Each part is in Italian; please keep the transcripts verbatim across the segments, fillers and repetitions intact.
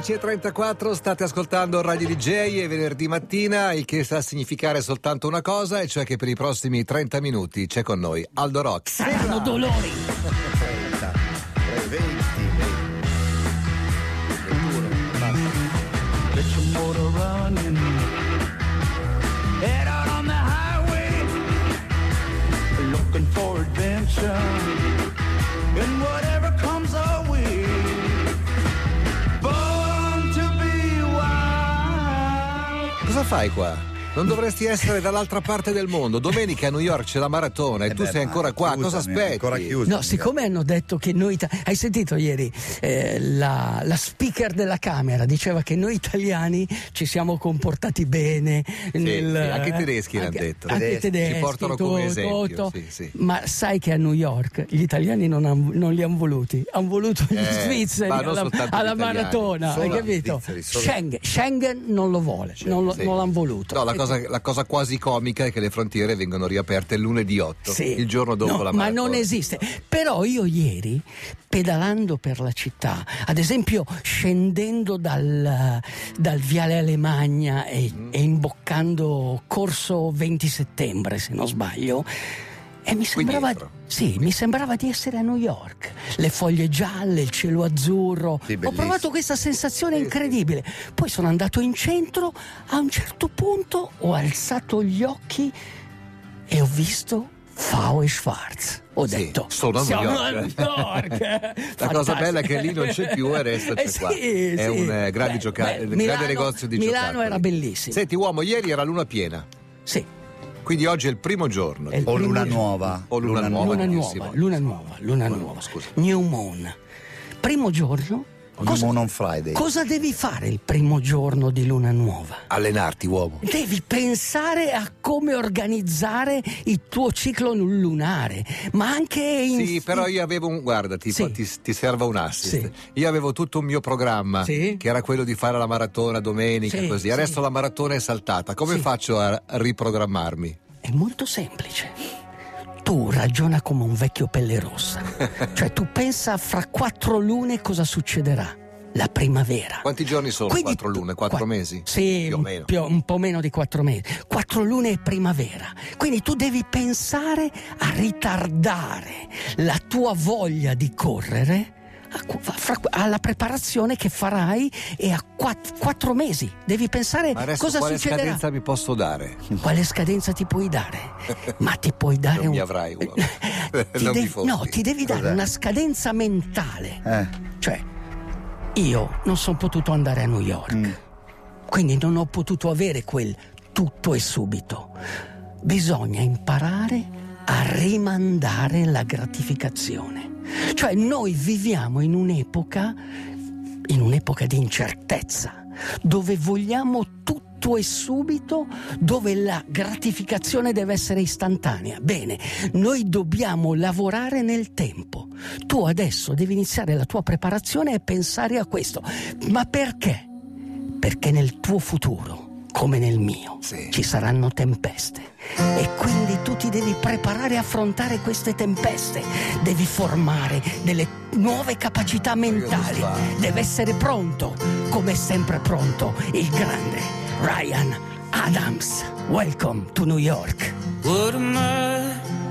undici e trentaquattro, state ascoltando Radio D J, e venerdì mattina, il che sta a significare soltanto una cosa, e cioè che per i prossimi trenta minuti c'è con noi Aldo Rock. Saranno dolori. trenta, venti, Get your motor running. Head out on the highway, looking for adventure, and whatever comes our way. Born to be wild. Cosa fai qua? Non dovresti essere dall'altra parte del mondo. Domenica a New York c'è la maratona e Eh tu beh, sei ancora qua. scusami, Cosa aspetti? ancora chiuso. No, siccome hanno detto che noi ita- hai sentito ieri eh, la, la speaker della Camera diceva che noi italiani ci siamo comportati bene, Sì, nel, sì, anche i tedeschi l'hanno anche- detto. anche i Tedeschi. tedeschi Ci portano come tutto, esempio, tutto. sì, sì. Ma sai che a New York gli italiani non, han- non li hanno voluti, hanno voluto gli Eh, svizzeri ma non alla, soltanto gli alla italiani. maratona, hai Solo capito? svizzeri, solo- Schengen, Schengen non lo vuole, non, lo- Sì. non l'hanno voluto. No, la cosa, la cosa quasi comica è che le frontiere vengono riaperte il lunedì otto, Sì. il giorno dopo No, la ma maratona. non esiste. Però io ieri, pedalando per la città, ad esempio scendendo dal, dal Viale Alemagna e, Mm. e imboccando Corso venti settembre, se non sbaglio, e mi sembrava, dietro. sì, mi sembrava di essere a New York. Le foglie gialle, il cielo azzurro. Sì, Ho bellissimo. provato questa sensazione incredibile. Poi sono andato in centro, a un certo punto ho alzato gli occhi e ho visto V e Schwarz. Ho Sì, detto, sono a New siamo York. a New York. La cosa bella è che lì non c'è più e resta c'è Eh sì, qua. È sì. un eh, grande, Beh, gioca- beh, grande Milano- negozio di Milano giocattoli. era bellissimo. Senti uomo, ieri era luna piena, Sì, quindi oggi è il primo giorno. È il O primo luna giorno. nuova. O luna nuova. luna benissimo. nuova, luna nuova, luna Luna nuova, nuova, scusa. New Moon. Primo giorno. Cosa, Moon on Friday. cosa devi fare il primo giorno di luna nuova? Allenarti uomo. Devi pensare a come organizzare il tuo ciclo lunare, ma anche in... Sì, però io avevo un... Guarda, ti, Sì. ti, ti serva un assist. Sì. Io avevo tutto un mio programma, Sì. che era quello di fare la maratona domenica, Sì, così. sì. Adesso la maratona è saltata. Come Sì. faccio a riprogrammarmi? È molto semplice. Tu ragiona come un vecchio pelle rossa. Cioè tu pensa fra quattro lune cosa succederà. La primavera. Quanti giorni sono Quindi quattro tu- lune? Quattro qua- mesi? Sì, Più o meno. più- un po' meno di quattro mesi. Quattro lune e primavera. Quindi tu devi pensare a ritardare la tua voglia di correre a qu- fra- alla preparazione che farai e a quatt- quattro mesi. Devi pensare Ma adesso cosa quale succederà. scadenza mi posso dare? Quale scadenza ti puoi dare? Ma ti puoi dare Non un... mi avrai, uomo. ti Non mi devi- fotti. no, ti devi dare Cos'è? una scadenza mentale. Eh. Cioè, io non sono potuto andare a New York, Mm. quindi non ho potuto avere quel tutto e subito. Bisogna imparare a rimandare la gratificazione. Cioè, noi viviamo in un'epoca, in un'epoca di incertezza, dove vogliamo tutto e subito, dove la gratificazione deve essere istantanea. Bene, noi dobbiamo lavorare nel tempo. Tu adesso devi iniziare la tua preparazione e pensare a questo. Ma perché? Perché nel tuo futuro, come nel mio, Sì. ci saranno tempeste. E quindi tu ti devi preparare a affrontare queste tempeste. Devi formare delle nuove capacità mentali. Deve essere pronto, come è sempre pronto, il grande Ryan Adams. Welcome to New York. What am I?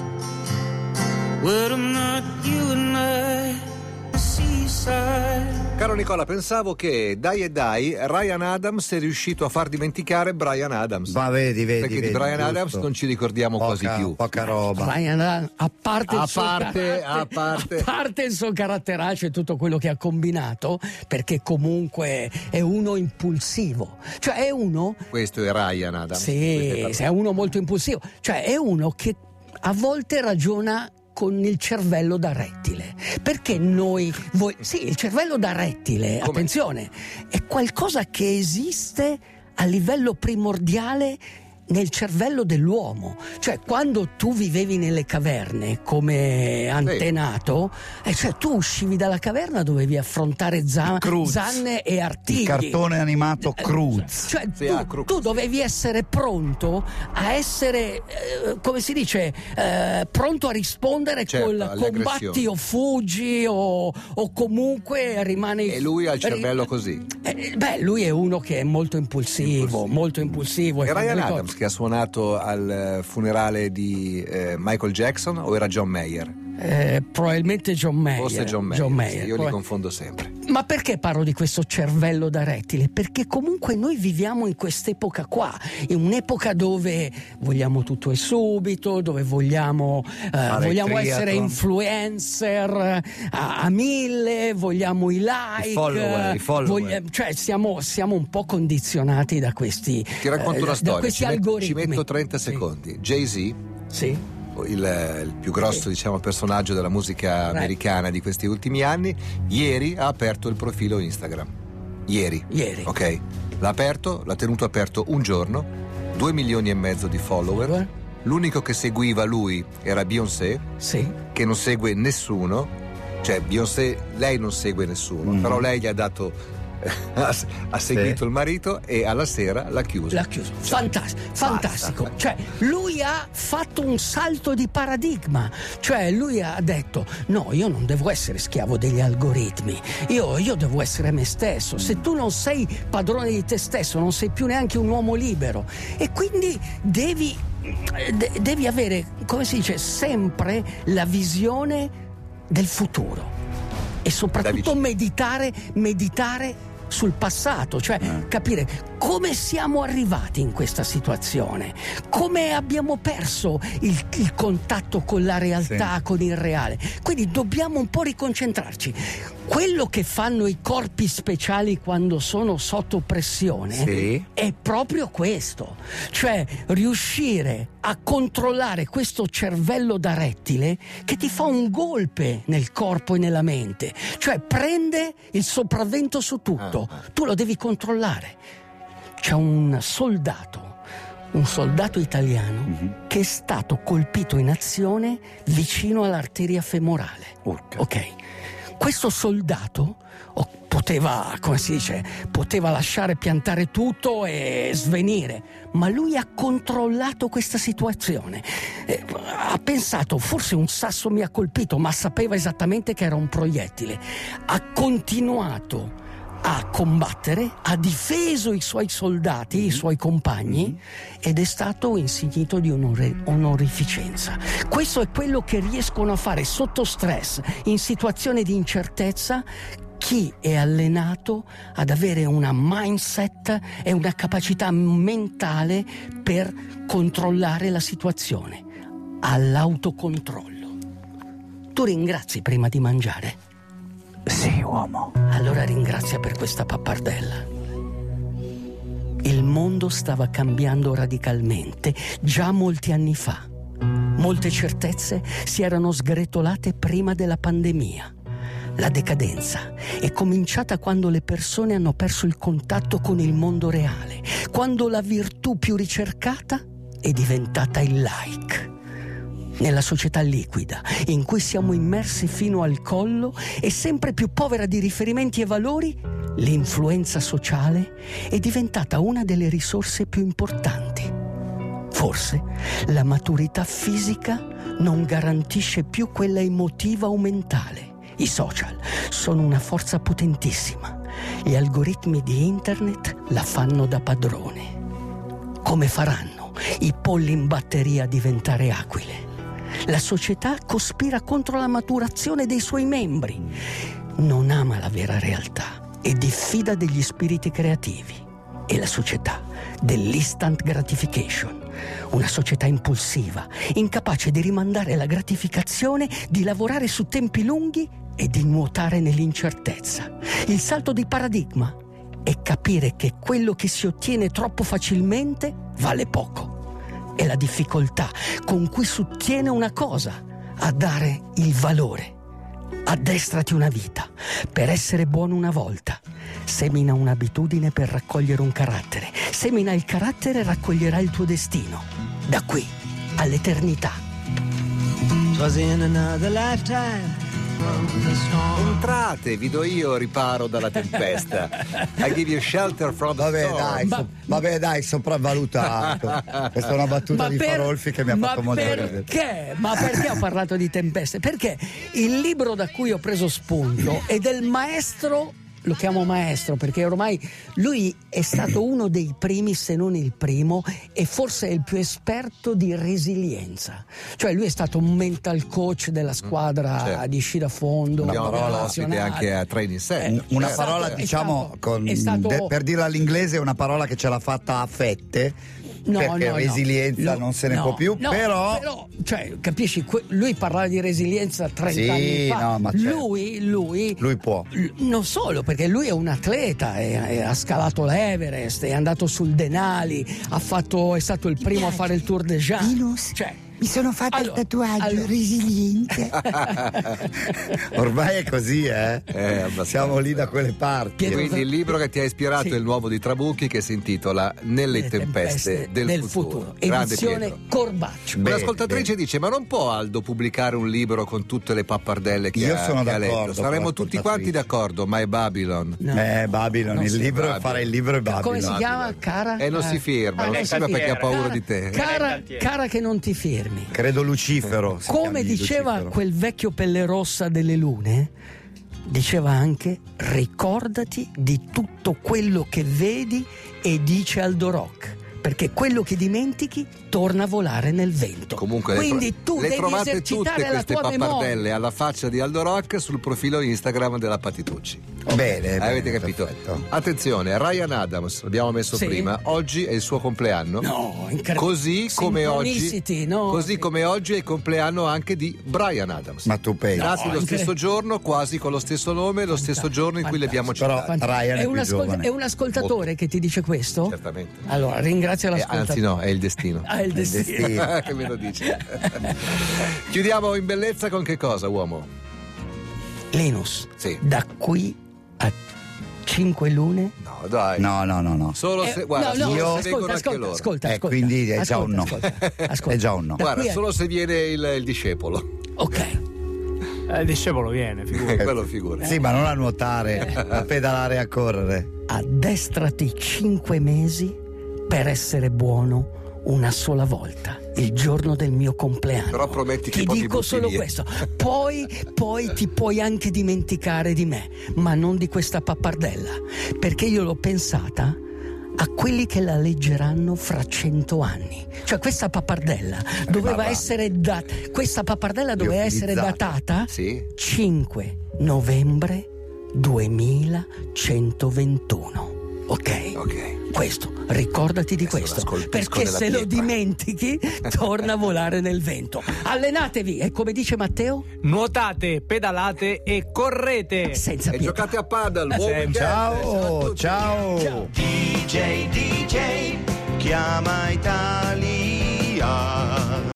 What am not you and I? The seaside. Caro Nicola, pensavo che dai e dai Ryan Adams è riuscito a far dimenticare Brian Adams. Ma vedi, vedi, Perché vedi, di Brian giusto. Adams non ci ricordiamo Poca- quasi più. Poca roba. Ryan Adams, a parte, A il suo parte- carattere- a parte- a parte il suo caratteraccio e tutto quello che ha combinato, perché comunque è uno impulsivo. Cioè è uno... Questo è Ryan Adams. Queste Sì, parole. sì, è uno molto impulsivo. Cioè è uno che a volte ragiona con il cervello da rettile. Perché noi... voi- sì, il cervello da rettile, Com'è? attenzione, è qualcosa che esiste a livello primordiale nel cervello dell'uomo. Cioè, quando tu vivevi nelle caverne come antenato, sì. eh, cioè tu uscivi dalla caverna, dovevi affrontare za- zanne e artigli. Il cartone animato Cruz. Cioè, sì, tu, ah, Cruz. tu dovevi essere pronto a essere, eh, come si dice, eh, pronto a rispondere certo, col combatti o fuggi o, o comunque rimane. E lui ha il cervello ri- così. Eh, beh, lui è uno che è molto impulsivo, impulsivo. molto impulsivo. E Ryan Adams cose. che ha suonato al funerale di eh, Michael Jackson, o era John Mayer? Eh, probabilmente John Mayer. Forse John Mayer, John Mayer. Sì, io Poi... li confondo sempre. Ma perché parlo di questo cervello da rettile? Perché comunque noi viviamo in quest'epoca qua, in un'epoca dove vogliamo tutto e subito, dove vogliamo, eh, vogliamo essere influencer a, a mille, vogliamo i like, I follower, i follower. Voglia, cioè siamo, siamo un po' condizionati da questi, Ti racconto eh, una da storia, questi ci, met- algoritmi. ci metto trenta Sì. secondi. Jay-Z, sì. Il, il più grosso Sì. diciamo personaggio della musica Right. americana di questi ultimi anni, ieri ha aperto il profilo Instagram. Ieri. Ieri. Ok. L'ha aperto, l'ha tenuto aperto un giorno, due milioni e mezzo di follower. L'unico che seguiva lui era Beyoncé, Sì. che non segue nessuno. Cioè Beyoncé, lei non segue nessuno, Mm. però lei gli ha dato ha, ha seguito Sì. il marito e alla sera l'ha chiuso. L'ha chiuso. Cioè, Fantastico, fantastico. basta. Cioè, lui ha fatto un salto di paradigma. Cioè, lui ha detto: no, io non devo essere schiavo degli algoritmi. Io, io devo essere me stesso. Se tu non sei padrone di te stesso, non sei più neanche un uomo libero. E quindi devi, de- devi avere, come si dice, sempre la visione del futuro. E soprattutto meditare, meditare sul passato, cioè Eh. capire come siamo arrivati in questa situazione, come abbiamo perso il, il contatto con la realtà, Sì. con il reale. Quindi dobbiamo un po' riconcentrarci. Quello che fanno i corpi speciali quando sono sotto pressione Sì. è proprio questo, cioè riuscire a controllare questo cervello da rettile che ti fa un golpe nel corpo e nella mente, cioè prende il sopravvento su tutto, Ah, ah. tu lo devi controllare. C'è un soldato, un soldato italiano Mm-hmm. che è stato colpito in azione vicino all'arteria femorale. Urca. Ok. Questo soldato oh, poteva, come si dice, poteva lasciare piantare tutto e svenire, ma lui ha controllato questa situazione. Eh, ha pensato, forse un sasso mi ha colpito, ma sapeva esattamente che era un proiettile. Ha continuato a combattere, ha difeso i suoi soldati, i suoi compagni, ed è stato insignito di onore- onorificenza. Questo è quello che riescono a fare sotto stress, in situazioni di incertezza, chi è allenato ad avere una mindset e una capacità mentale per controllare la situazione, all'autocontrollo. Tu ringrazi prima di mangiare? Sì, uomo. Allora ringrazia per questa pappardella. Il mondo stava cambiando radicalmente già molti anni fa. Molte certezze si erano sgretolate prima della pandemia. La decadenza è cominciata quando le persone hanno perso il contatto con il mondo reale, quando la virtù più ricercata è diventata il like. Nella società liquida, in cui siamo immersi fino al collo e sempre più povera di riferimenti e valori, l'influenza sociale è diventata una delle risorse più importanti. Forse la maturità fisica non garantisce più quella emotiva o mentale. I social sono una forza potentissima. Gli algoritmi di internet la fanno da padrone. Come faranno i polli in batteria a diventare aquile? La società cospira contro la maturazione dei suoi membri. Non ama la vera realtà e diffida degli spiriti creativi. E la società dell'instant gratification. Una società impulsiva, incapace di rimandare la gratificazione, di lavorare su tempi lunghi e di nuotare nell'incertezza. Il salto di paradigma è capire che quello che si ottiene troppo facilmente vale poco. È la difficoltà con cui si ottiene una cosa a dare il valore. Addestrati una vita per essere buono una volta, semina un'abitudine per raccogliere un carattere. Semina il carattere e raccoglierà il tuo destino. Da qui all'eternità. Was in another lifetime. Entrate, vi do io riparo dalla tempesta. I give you shelter from the Vabbè storm. dai, Ma- so- vabbè dai, sopravvalutato. Questa è una battuta Ma di per- Farolfi che mi ha ma fatto molto ridere. perché? Ma perché ho parlato di tempeste? Perché il libro da cui ho preso spunto è del maestro, lo chiamo maestro perché ormai lui è stato uno dei primi, se non il primo, e forse è il più esperto di resilienza. Cioè lui è stato un mental coach della squadra certo. di sci da fondo. Abbiamo della avuto ospite nazionale. anche a Training Set. Eh, Una è stato- parola, è diciamo, stato- con- è stato- de- per dirla all'inglese, è una parola che ce l'ha fatta a fette. No, perché no, no. resilienza No, non se ne no, può più, no, però... cioè, capisci, que- lui parlava di resilienza trenta Sì, anni fa. no, ma certo. lui, lui, Lui può. l- non solo, perché lui è un atleta, è- è- ha scalato l'Everest, è andato sul Denali, ha fatto, è stato il primo a fare il Tour de Jean. Linus, Cioè, mi sono fatta allora, il tatuaggio allora- resiliente. Ormai è così, eh? Eh, abbastanza. Siamo lì da quelle parti. Pietro- Quindi il libro che ti ha ispirato Sì. è il nuovo di Trabucchi che si intitola Nelle Le tempeste, del, futuro. Grande edizione Pietro. Corbaccio. Beh, Un'ascoltatrice beh. dice: ma non può Aldo pubblicare un libro con tutte le pappardelle che, Io ha, sono che ha d'accordo letto? con Saremmo tutti quanti l'ascoltatrice. d'accordo, ma è Babylon. No. Eh, Babylon, No, il sì, libro, Babylon. fare il libro è Babylon. Come si chiama? Cara? E non si firma, Ah, non non si si firma perché ha firma. paura Cara- di te. Cara, cara che non ti firmi. Credo Lucifero. si Come chiami diceva Lucifero. quel vecchio pelle rossa delle lune, diceva anche: ricordati di tutto quello che vedi e dice Aldo Rock, perché quello che dimentichi torna a volare nel vento. Comunque quindi le, tro- tu le devi trovate esercitare tutte la queste tua pappardelle memoria. alla faccia di Aldo Rock sul profilo Instagram della Patitucci. Bene, Avete bene, capito? perfetto. Attenzione, Ryan Adams, l'abbiamo messo Sì. prima, oggi è il suo compleanno. No, incredibile. Così come oggi, Synchronicity, no? così Sì. come oggi è il compleanno anche di Brian Adams. Ma tu pensi? Nati lo incre- stesso giorno, quasi con lo stesso nome, lo stesso giorno in cui li abbiamo Però citati. Ryan è, È un, più ascolta- giovane. è un ascoltatore che ti dice questo? Certamente. Allora, ringrazio Eh, l'ascoltatore. anzi no, è il destino. Ah, è il destino. destino. che me lo dice. Chiudiamo in bellezza con che cosa, uomo? Linus, Sì. da qui a cinque lune. No, dai. No, no, no, no. Solo Eh, se, guarda, no, no, solo se ascolta, vengono anche ascolta, loro. ascolta, Eh, ascolta. quindi è già un no. Ascolta, ascolta, ascolta. È già un no. Da Guarda, qui a- solo se viene il, il discepolo. Ok. Eh, il discepolo viene, figurati. Quello figura. Sì, ma non a nuotare, a pedalare e a correre. Addestrati cinque mesi per essere buono una sola volta, il giorno del mio compleanno. Però prometti che ti poi mi dico butti solo via. questo. Poi, poi ti puoi anche dimenticare di me, ma non di questa pappardella, perché io l'ho pensata a quelli che la leggeranno fra cento anni. Cioè questa pappardella doveva va. essere dat- questa pappardella doveva essere Riutilizzata. datata Sì. cinque novembre duemilacentoventuno. Ok? Ok. Questo, ricordati di Adesso questo, l'ascolpisco perché nella se lo pietra. dimentichi torna a volare nel vento. Allenatevi e come dice Matteo, Nuotate, pedalate e correte. senza E pietà. giocate a paddle. Buon Sempre. weekend. Ciao, a tutti. ciao. Ciao. D J, D J, chiama Italia.